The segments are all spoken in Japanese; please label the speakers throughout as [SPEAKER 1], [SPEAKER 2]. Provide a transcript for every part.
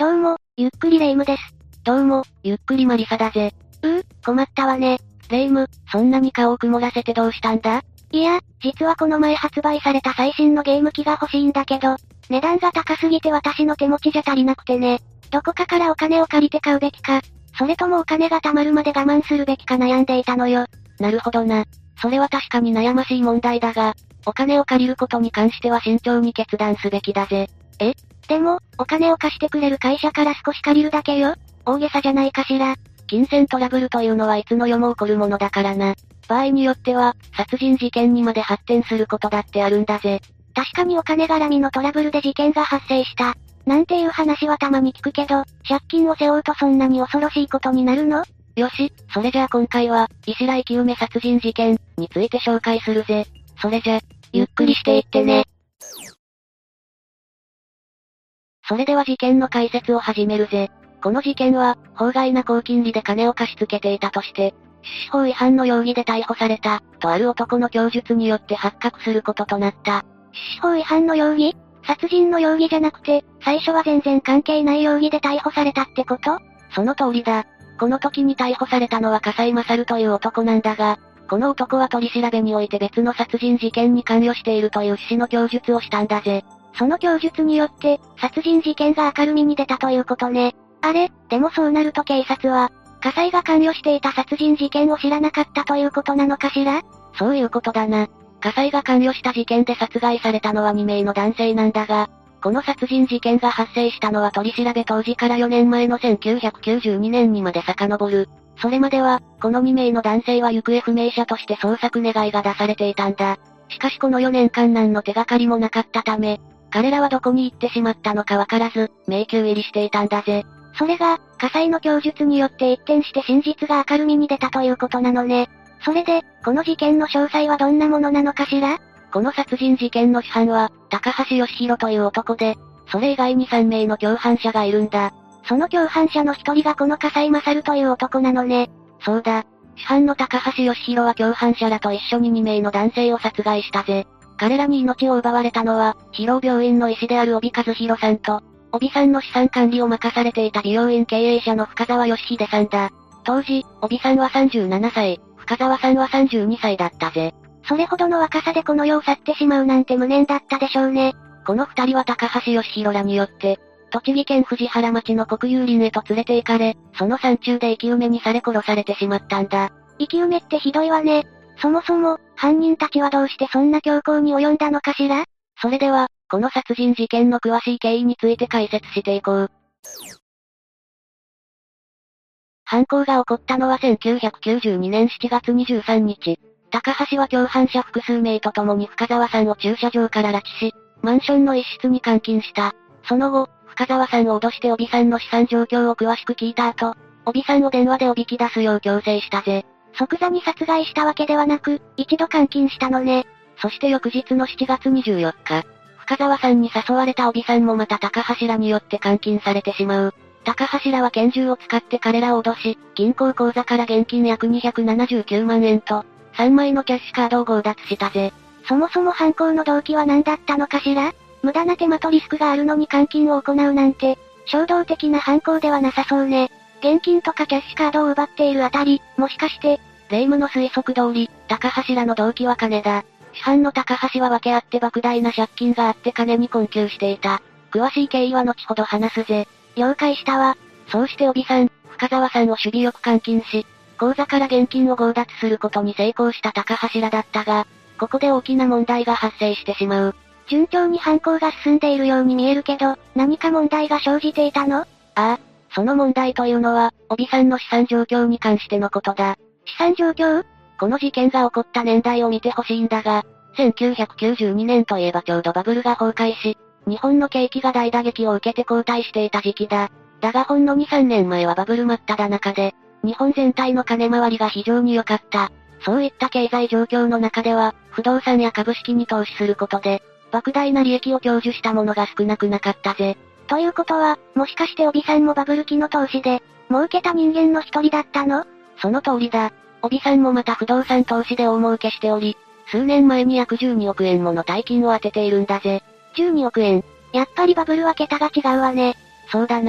[SPEAKER 1] どうも、ゆっくりレ夢ムです。
[SPEAKER 2] どうも、ゆっくりマリサだぜ。
[SPEAKER 1] 困ったわね。
[SPEAKER 2] レ夢ム、そんなに顔を曇らせてどうしたんだ？
[SPEAKER 1] いや、実はこの前発売された最新のゲーム機が欲しいんだけど、値段が高すぎて私の手持ちじゃ足りなくてね。どこかからお金を借りて買うべきか、それともお金が貯まるまで我慢するべきか悩んでいたのよ。
[SPEAKER 2] なるほどな。それは確かに悩ましい問題だが、お金を借りることに関しては慎重に決断すべきだぜ。
[SPEAKER 1] でも、お金を貸してくれる会社から少し借りるだけよ。大げさじゃないかしら。
[SPEAKER 2] 金銭トラブルというのはいつの世も起こるものだからな。場合によっては、殺人事件にまで発展することだってあるんだぜ。
[SPEAKER 1] 確かにお金絡みのトラブルで事件が発生した。なんていう話はたまに聞くけど、借金を背負うとそんなに恐ろしいことになるの？
[SPEAKER 2] よし、それじゃあ今回は、石来清梅殺人事件について紹介するぜ。それじゃ、ゆっくりしていってね。それでは事件の解説を始めるぜ。この事件は、法外な高金利で金を貸し付けていたとして、出資法違反の容疑で逮捕された、とある男の供述によって発覚することとなった。
[SPEAKER 1] 出資法違反の容疑？殺人の容疑じゃなくて、最初は全然関係ない容疑で逮捕されたってこと？
[SPEAKER 2] その通りだ。この時に逮捕されたのは笠井勝という男なんだが、この男は取り調べにおいて別の殺人事件に関与しているという趣旨の供述をしたんだぜ。
[SPEAKER 1] その供述によって、殺人事件が明るみに出たということね。あれ、でもそうなると警察は、笠井が関与していた殺人事件を知らなかったということなのかしら？
[SPEAKER 2] そういうことだな。笠井が関与した事件で殺害されたのは2名の男性なんだが、この殺人事件が発生したのは取り調べ当時から4年前の1992年にまで遡る。それまでは、この2名の男性は行方不明者として捜索願いが出されていたんだ。しかしこの4年間何の手がかりもなかったため、彼らはどこに行ってしまったのかわからず、迷宮入りしていたんだぜ。
[SPEAKER 1] それが、笠井の供述によって一転して真実が明るみに出たということなのね。それで、この事件の詳細はどんなものなのかしら？
[SPEAKER 2] この殺人事件の主犯は、高橋義弘という男で、それ以外に3名の共犯者がいるんだ。
[SPEAKER 1] その共犯者の一人がこの笠井勝という男なのね。
[SPEAKER 2] そうだ。主犯の高橋義弘は共犯者らと一緒に2名の男性を殺害したぜ。彼らに命を奪われたのは、広尾病院の医師である帯和弘さんと、帯さんの資産管理を任されていた美容院経営者の深沢義秀さんだ。当時、帯さんは37歳、深沢さんは32歳だったぜ。
[SPEAKER 1] それほどの若さでこの世を去ってしまうなんて無念だったでしょうね。
[SPEAKER 2] この二人は高橋義弘らによって、栃木県藤原町の国有林へと連れて行かれ、その山中で生き埋めにされ殺されてしまったんだ。
[SPEAKER 1] 生き埋めってひどいわね。そもそも、犯人たちはどうしてそんな凶行に及んだのかしら？
[SPEAKER 2] それでは、この殺人事件の詳しい経緯について解説していこう。犯行が起こったのは1992年7月23日。高橋は共犯者複数名と共に深沢さんを駐車場から拉致し、マンションの一室に監禁した。その後、深沢さんを脅して帯さんの資産状況を詳しく聞いた後、帯さんを電話でおびき出すよう強制したぜ。
[SPEAKER 1] 即座に殺害したわけではなく、一度監禁したのね。
[SPEAKER 2] そして翌日の7月24日、深沢さんに誘われた帯さんもまた高橋らによって監禁されてしまう。高橋らは拳銃を使って彼らを脅し、銀行口座から現金約279万円と、3枚のキャッシュカードを強奪したぜ。
[SPEAKER 1] そもそも犯行の動機は何だったのかしら？無駄な手間とリスクがあるのに監禁を行うなんて、衝動的な犯行ではなさそうね。現金とかキャッシュカードを奪っているあたり、もしかして、
[SPEAKER 2] 霊夢の推測通り、高橋らの動機は金だ。主犯の高橋は分け合って莫大な借金があって金に困窮していた。詳しい経緯は後ほど話すぜ。
[SPEAKER 1] 了解したわ。
[SPEAKER 2] そうして帯さん、深沢さんを守備よく監禁し、口座から現金を強奪することに成功した高橋らだったが、ここで大きな問題が発生してしまう。
[SPEAKER 1] 順調に犯行が進んでいるように見えるけど、何か問題が生じていたの？
[SPEAKER 2] ああ、その問題というのは、帯さんの資産状況に関してのことだ。
[SPEAKER 1] 資産状況？
[SPEAKER 2] この事件が起こった年代を見てほしいんだが、1992年といえばちょうどバブルが崩壊し、日本の景気が大打撃を受けて後退していた時期だ。だがほんの2、3年前はバブル真っ只中で、日本全体の金回りが非常に良かった。そういった経済状況の中では、不動産や株式に投資することで、莫大な利益を享受したものが少なくなかったぜ。
[SPEAKER 1] ということは、もしかして帯さんもバブル期の投資で、儲けた人間の一人だったの？
[SPEAKER 2] その通りだ。帯さんもまた不動産投資で大儲けしており、数年前に約12億円もの大金を当てているんだぜ。
[SPEAKER 1] 12億円。やっぱりバブルは桁が違うわね。
[SPEAKER 2] そうだな。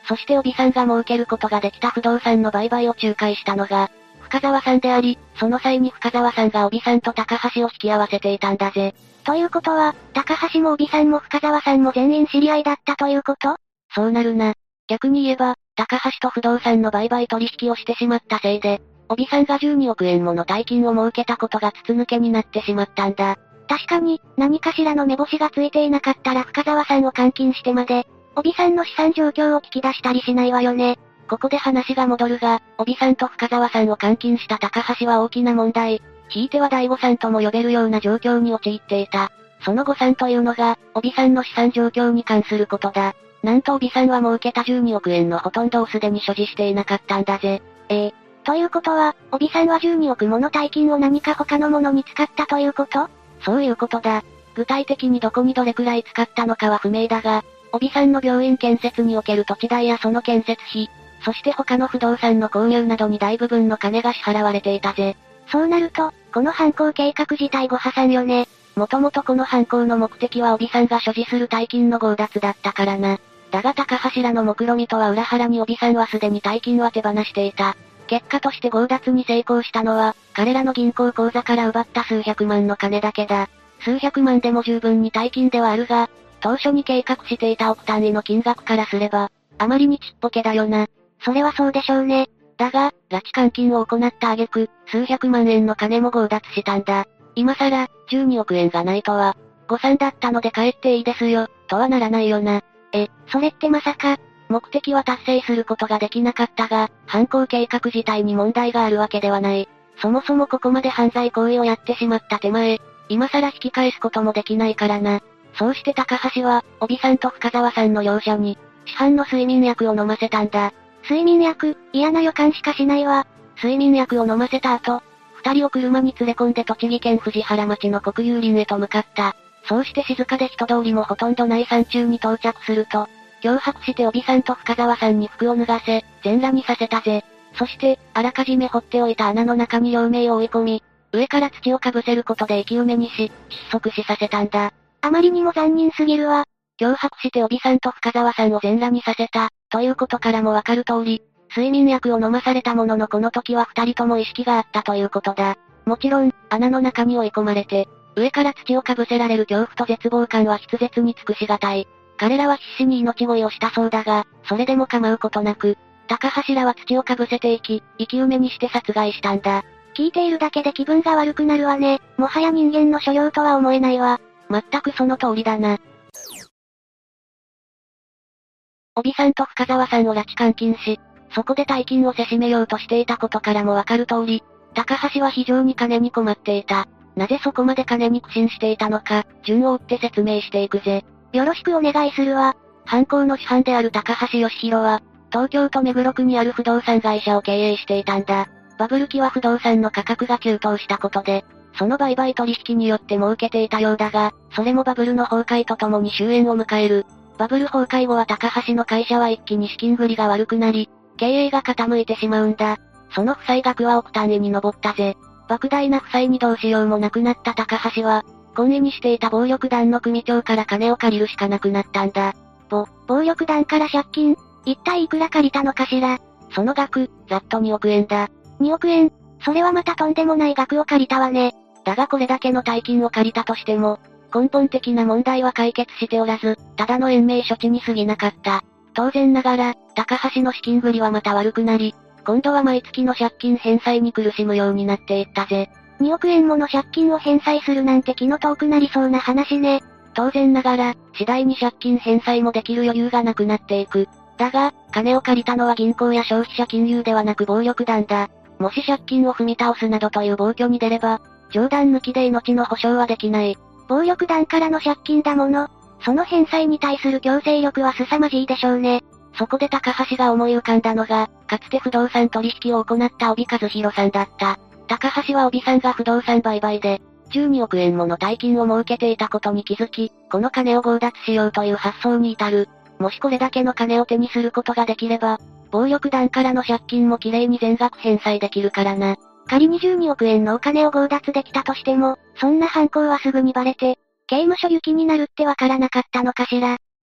[SPEAKER 2] そして帯さんが儲けることができた不動産の売買を仲介したのが、深沢さんであり、その際に深沢さんが帯さんと高橋を引き合わせていたんだぜ。
[SPEAKER 1] ということは、高橋も帯さんも深沢さんも全員知り合いだったということ？
[SPEAKER 2] そうなるな。逆に言えば、高橋と不動産の売買取引をしてしまったせいで、帯さんが12億円もの大金を儲けたことが筒抜けになってしまったんだ。
[SPEAKER 1] 確かに、何かしらの目星がついていなかったら深沢さんを監禁してまで、帯さんの資産状況を聞き出したりしないわよね。
[SPEAKER 2] ここで話が戻るが、帯さんと深沢さんを監禁した高橋は大きな問題、ひいては第五さんとも呼べるような状況に陥っていた。その誤算というのが、帯さんの資産状況に関することだ。なんと帯さんは儲けた12億円のほとんどをすでに所持していなかったんだぜ。
[SPEAKER 1] ということは、帯さんは12億もの大金を何か他のものに使ったということ？
[SPEAKER 2] そういうことだ。具体的にどこにどれくらい使ったのかは不明だが、帯さんの病院建設における土地代やその建設費、そして他の不動産の購入などに大部分の金が支払われていたぜ。
[SPEAKER 1] そうなると、この犯行計画自体ご破産よね。
[SPEAKER 2] もともとこの犯行の目的は帯さんが所持する大金の強奪だったからな。だが高橋らの目論見とは裏腹に帯さんはすでに大金は手放していた。結果として強奪に成功したのは、彼らの銀行口座から奪った数百万の金だけだ。数百万でも十分に大金ではあるが、当初に計画していた億単位の金額からすれば、あまりにちっぽけだよな。
[SPEAKER 1] それはそうでしょうね。
[SPEAKER 2] だが、拉致監禁を行った挙句、数百万円の金も強奪したんだ。今さら、12億円がないとは、誤算だったので帰っていいですよ、とはならないよな。
[SPEAKER 1] それってまさか、
[SPEAKER 2] 目的は達成することができなかったが、犯行計画自体に問題があるわけではない。そもそもここまで犯罪行為をやってしまった手前、今さら引き返すこともできないからな。そうして高橋は、帯さんと深沢さんの両者に、市販の睡眠薬を飲ませたんだ。
[SPEAKER 1] 睡眠薬、嫌な予感しかしないわ。
[SPEAKER 2] 睡眠薬を飲ませた後、二人を車に連れ込んで栃木県藤原町の国有林へと向かった。そうして静かで人通りもほとんどない山中に到着すると、脅迫して帯さんと深沢さんに服を脱がせ、全裸にさせたぜ。そして、あらかじめ掘っておいた穴の中に両名を追い込み、上から土をかぶせることで生き埋めにし、窒息死させたんだ。
[SPEAKER 1] あまりにも残忍すぎるわ。
[SPEAKER 2] 脅迫して帯さんと深沢さんを全裸にさせた、ということからもわかる通り、睡眠薬を飲まされたもののこの時は二人とも意識があったということだ。もちろん、穴の中に追い込まれて、上から土をかぶせられる恐怖と絶望感は筆舌に尽くしがたい。彼らは必死に命乞いをしたそうだが、それでも構うことなく、高橋らは土をかぶせていき、生き埋めにして殺害したんだ。
[SPEAKER 1] 聞いているだけで気分が悪くなるわね。もはや人間の所領とは思えないわ。
[SPEAKER 2] 全くその通りだな。帯さんと深沢さんを拉致監禁し、そこで大金をせしめようとしていたことからもわかる通り、高橋は非常に金に困っていた。なぜそこまで金に苦心していたのか、順を追って説明していくぜ。
[SPEAKER 1] よろしくお願いするわ。
[SPEAKER 2] 犯行の主犯である高橋義弘は、東京都目黒区にある不動産会社を経営していたんだ。バブル期は不動産の価格が急騰したことで、その売買取引によって儲けていたようだが、それもバブルの崩壊とともに終焉を迎える。バブル崩壊後は高橋の会社は一気に資金繰りが悪くなり、経営が傾いてしまうんだ。その負債額は億単位に上ったぜ。莫大な負債にどうしようもなくなった高橋は、懇意にしていた暴力団の組長から金を借りるしかなくなったんだ。
[SPEAKER 1] 暴力団から借金？一体いくら借りたのかしら？
[SPEAKER 2] その額、ざっと2億円だ。
[SPEAKER 1] 2億円？それはまたとんでもない額を借りたわね。
[SPEAKER 2] だがこれだけの大金を借りたとしても、根本的な問題は解決しておらず、ただの延命処置に過ぎなかった。当然ながら、高橋の資金繰りはまた悪くなり、今度は毎月の借金返済に苦しむようになっていったぜ。
[SPEAKER 1] 2億円もの借金を返済するなんて気の遠くなりそうな話ね。
[SPEAKER 2] 当然ながら、次第に借金返済もできる余裕がなくなっていく。だが、金を借りたのは銀行や消費者金融ではなく暴力団だ。もし借金を踏み倒すなどという暴挙に出れば、冗談抜きで命の保証はできない。
[SPEAKER 1] 暴力団からの借金だもの。その返済に対する強制力は凄まじいでしょうね。
[SPEAKER 2] そこで高橋が思い浮かんだのが、かつて不動産取引を行った帯和弘さんだった。高橋は帯さんが不動産売買で、12億円もの大金を儲けていたことに気づき、この金を強奪しようという発想に至る。もしこれだけの金を手にすることができれば、暴力団からの借金もきれいに全額返済できるからな。
[SPEAKER 1] 仮に12億円のお金を強奪できたとしても、そんな犯行はすぐにバレて、刑務所行きになるってわからなかったのかしら。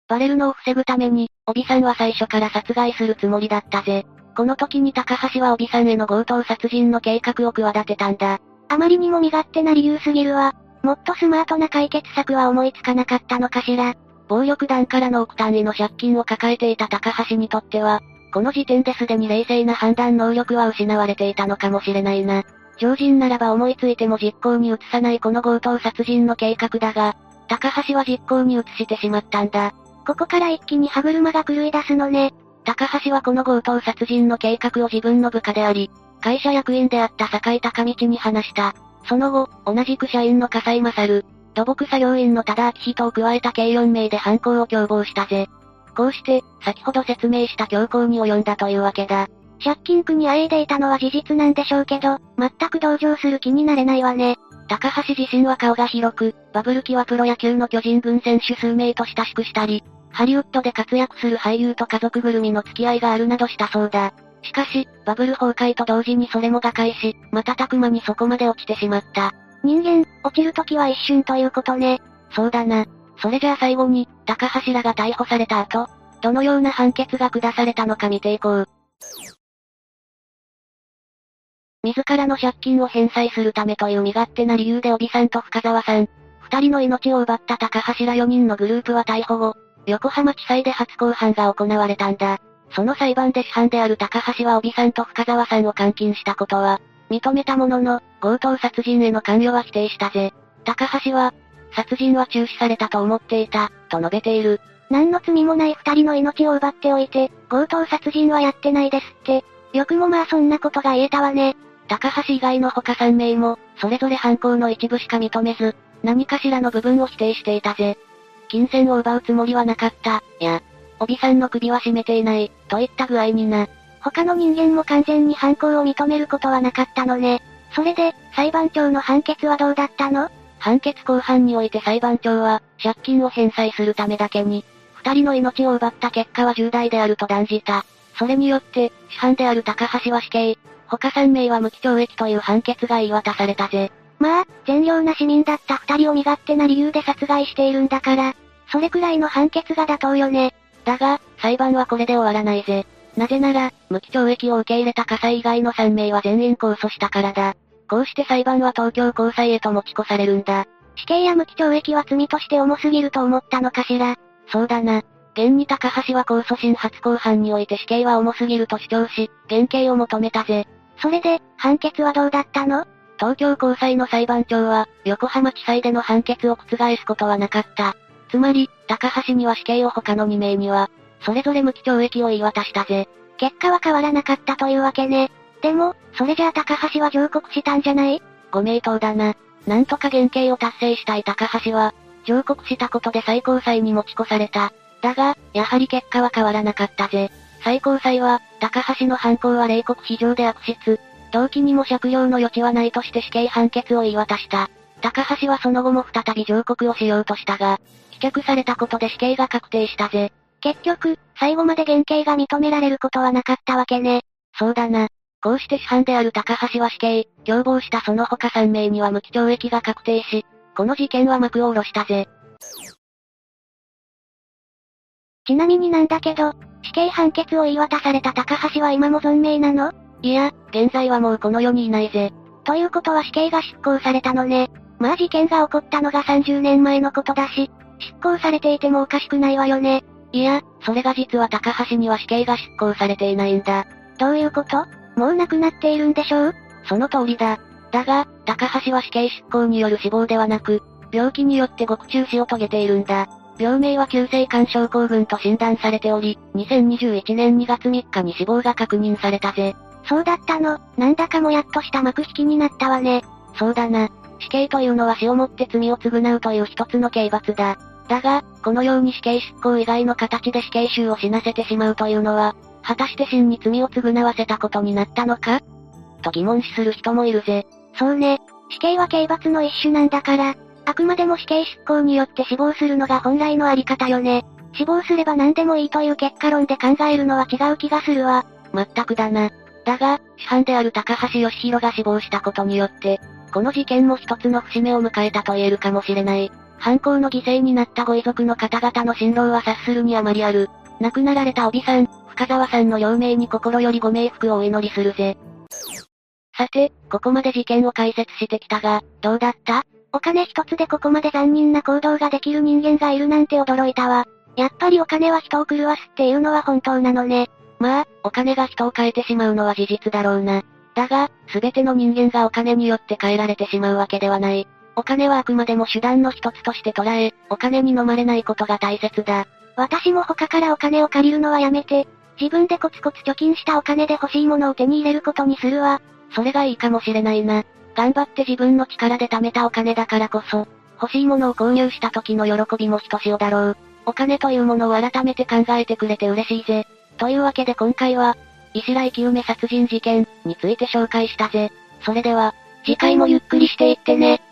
[SPEAKER 2] バレるのを防ぐために、帯さんは最初から殺害するつもりだったぜ。この時に高橋は帯さんへの強盗殺人の計画を企てたんだ。
[SPEAKER 1] あまりにも身勝手な理由すぎるわ。もっとスマートな解決策は思いつかなかったのかしら。
[SPEAKER 2] 暴力団からの億単位の借金を抱えていた高橋にとっては、この時点ですでに冷静な判断能力は失われていたのかもしれないな。常人ならば思いついても実行に移さないこの強盗殺人の計画だが、高橋は実行に移してしまったんだ。
[SPEAKER 1] ここから一気に歯車が狂い出すのね。
[SPEAKER 2] 高橋はこの強盗殺人の計画を自分の部下であり、会社役員であった坂井高道に話した。その後、同じく社員の笠井勝、土木作業員の多田明人を加えた計4名で犯行を共謀したぜ。こうして、先ほど説明した強行に及んだというわけだ。
[SPEAKER 1] 借金苦にあえいでいたのは事実なんでしょうけど、全く同情する気になれないわね。
[SPEAKER 2] 高橋自身は顔が広く、バブル期はプロ野球の巨人軍選手数名と親しくしたり、ハリウッドで活躍する俳優と家族ぐるみの付き合いがあるなどしたそうだ。しかし、バブル崩壊と同時にそれも瓦解し、瞬く間にそこまで落ちてしまった。
[SPEAKER 1] 人間、落ちるときは一瞬ということね。
[SPEAKER 2] そうだな。それじゃあ最後に、高橋らが逮捕された後、どのような判決が下されたのか見ていこう。自らの借金を返済するためという身勝手な理由で帯さんと深沢さん、二人の命を奪った高橋ら4人のグループは逮捕後、横浜地裁で初公判が行われたんだ。その裁判で主犯である高橋は帯さんと深沢さんを監禁したことは、認めたものの、強盗殺人への関与は否定したぜ。高橋は、殺人は中止されたと思っていた、と述べている。
[SPEAKER 1] 何の罪もない二人の命を奪っておいて、強盗殺人はやってないですって。よくもまあそんなことが言えたわね。
[SPEAKER 2] 高橋以外の他3名も、それぞれ犯行の一部しか認めず、何かしらの部分を否定していたぜ。金銭を奪うつもりはなかった、や、帯さんの首は絞めていない、といった具合にな。
[SPEAKER 1] 他の人間も完全に犯行を認めることはなかったのね。それで、裁判長の判決はどうだったの？
[SPEAKER 2] 判決公判において裁判長は、借金を返済するためだけに、二人の命を奪った結果は重大であると断じた。それによって、主犯である高橋は死刑、他3名は無期懲役という判決が言い渡されたぜ。
[SPEAKER 1] まあ、善良な市民だった二人を身勝手な理由で殺害しているんだから、それくらいの判決が妥当よね。
[SPEAKER 2] だが、裁判はこれで終わらないぜ。なぜなら、無期懲役を受け入れた笠井以外の3名は全員控訴したからだ。こうして裁判は東京高裁へと持ち越されるんだ。
[SPEAKER 1] 死刑や無期懲役は罪として重すぎると思ったのかしら。
[SPEAKER 2] そうだな。現に高橋は控訴審初公判において死刑は重すぎると主張し、減刑を求めたぜ。
[SPEAKER 1] それで、判決はどうだったの？
[SPEAKER 2] 東京高裁の裁判長は、横浜地裁での判決を覆すことはなかった。つまり、高橋には死刑を他の2名には、それぞれ無期懲役を言い渡したぜ。
[SPEAKER 1] 結果は変わらなかったというわけね。でも、それじゃあ高橋は上告したんじゃない？
[SPEAKER 2] ご名答だな。なんとか減刑を達成したい高橋は、上告したことで最高裁に持ち越された。だが、やはり結果は変わらなかったぜ。最高裁は、高橋の犯行は冷酷非常で悪質。動機にも酌量の余地はないとして死刑判決を言い渡した。高橋はその後も再び上告をしようとしたが、棄却されたことで死刑が確定したぜ。
[SPEAKER 1] 結局、最後まで減刑が認められることはなかったわけね。
[SPEAKER 2] そうだな。こうして主犯である高橋は死刑、共謀したその他3名には無期懲役が確定し、この事件は幕を下ろしたぜ。
[SPEAKER 1] ちなみになんだけど、死刑判決を言い渡された高橋は今も存命なの？
[SPEAKER 2] いや、現在はもうこの世にいないぜ。
[SPEAKER 1] ということは死刑が執行されたのね。まあ事件が起こったのが30年前のことだし、執行されていてもおかしくないわよね。
[SPEAKER 2] いや、それが実は高橋には死刑が執行されていないんだ。
[SPEAKER 1] どういうこと？もう亡くなっているんでしょう？
[SPEAKER 2] その通りだ。だが、高橋は死刑執行による死亡ではなく、病気によって獄中死を遂げているんだ。病名は急性肝症候群と診断されており、2021年2月3日に死亡が確認されたぜ。
[SPEAKER 1] そうだったの。なんだかもやっとした幕引きになったわね。
[SPEAKER 2] そうだな。死刑というのは死をもって罪を償うという一つの刑罰だ。だが、このように死刑執行以外の形で死刑囚を死なせてしまうというのは、果たして真に罪を償わせたことになったのか？と疑問視する人もいるぜ。
[SPEAKER 1] そうね。死刑は刑罰の一種なんだから、あくまでも死刑執行によって死亡するのが本来のあり方よね。死亡すれば何でもいいという結果論で考えるのは違う気がするわ。
[SPEAKER 2] まったくだな。だが、主犯である高橋義弘が死亡したことによって、この事件も一つの節目を迎えたと言えるかもしれない。 犯行の犠牲になったご遺族の方々の辛労は察するにあまりある。亡くなられた帯さん、深沢さんの両名に心よりご冥福をお祈りするぜ。さて、ここまで事件を解説してきたが、どうだった？
[SPEAKER 1] お金一つでここまで残忍な行動ができる人間がいるなんて驚いたわ。やっぱりお金は人を狂わすっていうのは本当なのね。
[SPEAKER 2] まあ、お金が人を変えてしまうのは事実だろうな。だが、すべての人間がお金によって変えられてしまうわけではない。お金はあくまでも手段の一つとして捉え、お金に飲まれないことが大切だ。
[SPEAKER 1] 私も他からお金を借りるのはやめて、自分でコツコツ貯金したお金で欲しいものを手に入れることにするわ。
[SPEAKER 2] それがいいかもしれないな。頑張って自分の力で貯めたお金だからこそ、欲しいものを購入した時の喜びもひとしおだろう。お金というものを改めて考えてくれて嬉しいぜ。というわけで今回は、石良生き埋め殺人事件について紹介したぜ。それでは、次回もゆっくりしていってね。